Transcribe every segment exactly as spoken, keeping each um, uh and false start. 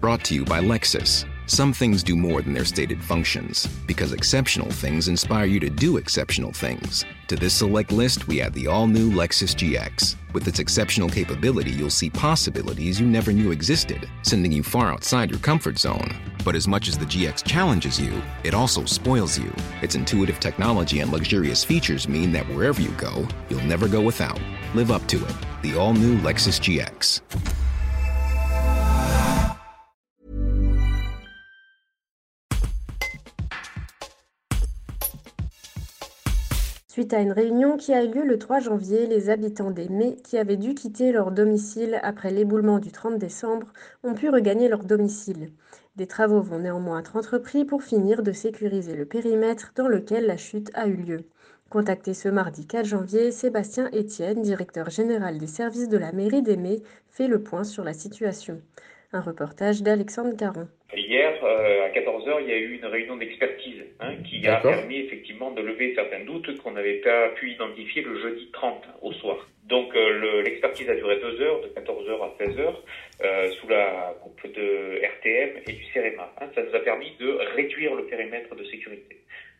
Brought to you by Lexus. Some things do more than their stated functions, because exceptional things inspire you to do exceptional things. To this select list, we add the all-new Lexus G X. With its exceptional capability, you'll see possibilities you never knew existed, sending you far outside your comfort zone. But as much as the G X challenges you, it also spoils you. Its intuitive technology and luxurious features mean that wherever you go, you'll never go without. Live up to it. The all-new Lexus G X. Suite à une réunion qui a eu lieu le trois janvier, les habitants d'Aimé, qui avaient dû quitter leur domicile après l'éboulement du trente décembre, ont pu regagner leur domicile. Des travaux vont néanmoins être entrepris pour finir de sécuriser le périmètre dans lequel la chute a eu lieu. Contacté ce mardi quatre janvier, Sébastien Etienne, directeur général des services de la mairie d'Aimé, fait le point sur la situation. Un reportage d'Alexandre Caron. Hier, euh, à quatorze heures, il y a eu une réunion d'expertise hein, qui D'accord. a permis effectivement de lever certains doutes qu'on n'avait pas pu identifier le jeudi trente au soir. Donc euh, le, l'expertise a duré deux heures, de quatorze heures à seize heures, euh, sous la coupe de R T M et du CEREMA. Hein. Ça nous a permis de réduire le périmètre de sécurité.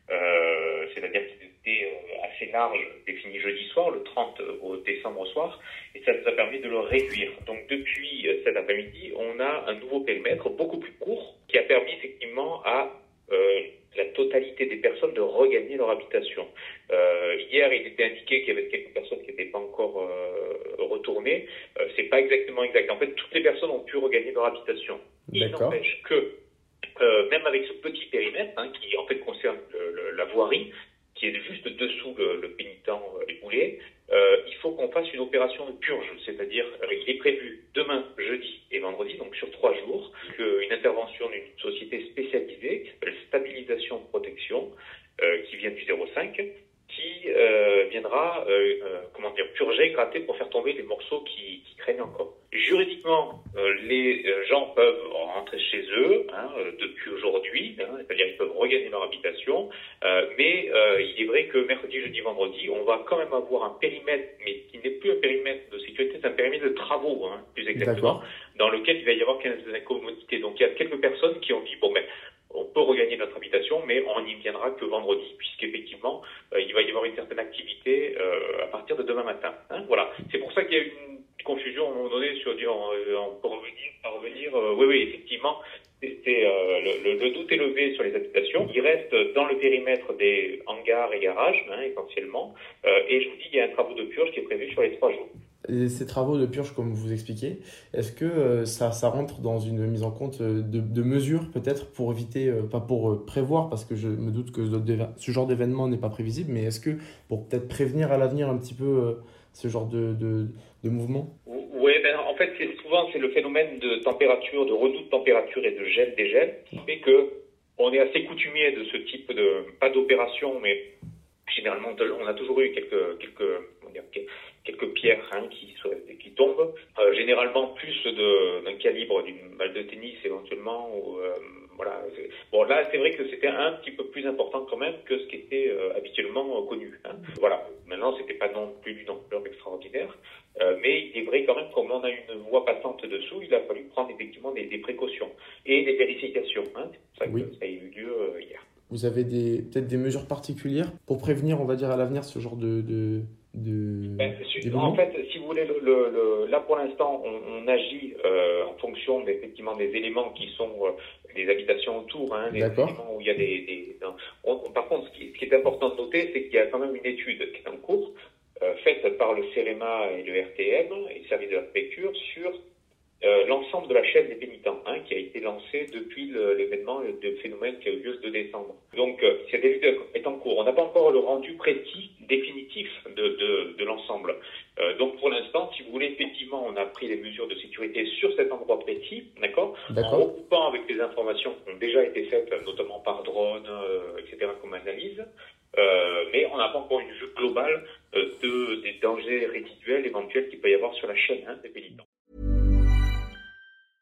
Euh, c'est-à-dire qu'il était euh, assez large, défini jeudi soir, le trente au décembre au soir, et ça nous a permis de le réduire. Donc depuis euh, cet après-midi, on a un nouveau périmètre beaucoup plus court qui a permis effectivement à euh, la totalité des personnes de regagner leur habitation. Euh, hier, il était indiqué qu'il y avait quelques personnes qui n'étaient pas encore euh, retournées. Euh, c'est pas exactement exact. En fait, toutes les personnes ont pu regagner leur habitation. Il D'accord. n'empêche que Euh, même avec ce petit périmètre, hein, qui en fait concerne le, le, la voirie, qui est juste dessous le, le pénitent euh, éboulé, euh, il faut qu'on fasse une opération de purge, c'est-à-dire euh, il est prévu demain, jeudi et vendredi, donc sur trois jours, que, une intervention d'une société spécialisée qui s'appelle Stabilisation Protection, euh, qui vient du zéro cinq, qui euh, viendra euh, euh, comment dire purger, gratter pour faire tomber les morceaux qui, qui craignent encore. Juridiquement, euh, les euh, gens peuvent rentrer chez eux hein, euh, depuis aujourd'hui, hein, c'est-à-dire ils peuvent regagner leur habitation, euh, mais euh, il est vrai que mercredi, jeudi, vendredi, on va quand même avoir un périmètre, mais qui n'est plus un périmètre de sécurité, c'est un périmètre de travaux, hein, plus exactement, D'accord. dans lequel il va y avoir quinze incommodités. Donc il y a quelques personnes qui ont dit, bon ben, on peut regagner notre habitation, mais on n'y viendra que vendredi, puisqu'effectivement, euh, il va y avoir une certaine activité euh, à partir de demain matin. Hein, voilà. C'est pour ça qu'il y a eu une confusion à un moment donné sur dire, on, on peut revenir, à revenir. Euh, oui, oui, effectivement, c'est, c'est, euh, le, le, le doute est levé sur les habitations. Il reste dans le périmètre des hangars et garages, hein, essentiellement. Euh, et je vous dis, il y a un travaux de purge qui est prévu sur les trois jours. Et ces travaux de purge, comme vous expliquez, est-ce que euh, ça, ça rentre dans une mise en compte euh, de, de mesures peut-être pour éviter, euh, pas pour euh, prévoir, parce que je me doute que ce genre d'événement n'est pas prévisible, mais est-ce que pour peut-être prévenir à l'avenir un petit peu euh, ce genre de, de, de mouvement? Oui, ben, en fait, c'est, souvent c'est le phénomène de température, de redoute de température et de gel dégel qui fait que on est assez coutumier de ce type de, pas d'opération, mais généralement on a toujours eu quelques quelques comment dire, quelques pierres hein, qui, qui tombent, euh, généralement plus de, d'un calibre d'une balle de tennis éventuellement. Ou, euh, voilà. Bon là c'est vrai que c'était un petit peu plus important quand même que ce qui était euh, habituellement euh, connu. Hein. Voilà. Maintenant c'était pas non plus d'une ampleur extraordinaire, euh, mais il est vrai quand même comme on a une voie passante dessous, il a fallu prendre effectivement des, des précautions et des vérifications. Hein. C'est pour ça que Oui. ça a eu lieu euh, hier. Vous avez des, peut-être des mesures particulières pour prévenir, on va dire, à l'avenir ce genre de... de... De... Ben, en fait, si vous voulez, le, le, le, là pour l'instant, on, on agit euh, en fonction effectivement des éléments qui sont euh, des habitations autour, hein, des D'accord. éléments où il y a des. des on, on, par contre, ce qui, ce qui est important de noter, c'est qu'il y a quand même une étude qui est en cours, euh, faite par le CEREMA et le R T M et le service de la préfecture sur euh, l'ensemble de la chaîne des pénitents, hein, qui a été lancée depuis le, l'événement, le, le phénomène qui a eu lieu le deux décembre. Donc, euh, cette étude est en cours. On n'a pas encore le rendu précis, définitif de, de, de l'ensemble. Euh, donc, pour l'instant, si vous voulez, effectivement, on a pris les mesures de sécurité sur cet endroit précis, d'accord, d'accord. En recoupant avec les informations qui ont déjà été faites, notamment par drone, euh, et cetera, comme analyse. Euh, mais on n'a pas encore une vue globale euh, de, des dangers résiduels éventuels qu'il peut y avoir sur la chaîne hein, des pénitents.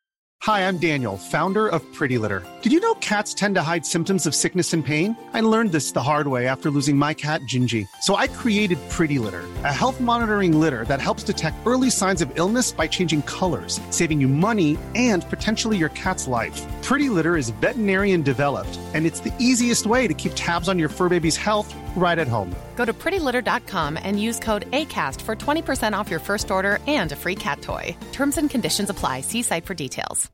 Hi, I'm Daniel, founder of Pretty Litter. Did you know cats tend to hide symptoms of sickness and pain? I learned this the hard way after losing my cat, Gingy. So I created Pretty Litter, a health monitoring litter that helps detect early signs of illness by changing colors, saving you money and potentially your cat's life. Pretty Litter is veterinarian developed, and it's the easiest way to keep tabs on your fur baby's health right at home. Go to pretty litter dot com and use code ACAST for twenty percent off your first order and a free cat toy. Terms and conditions apply. See site for details.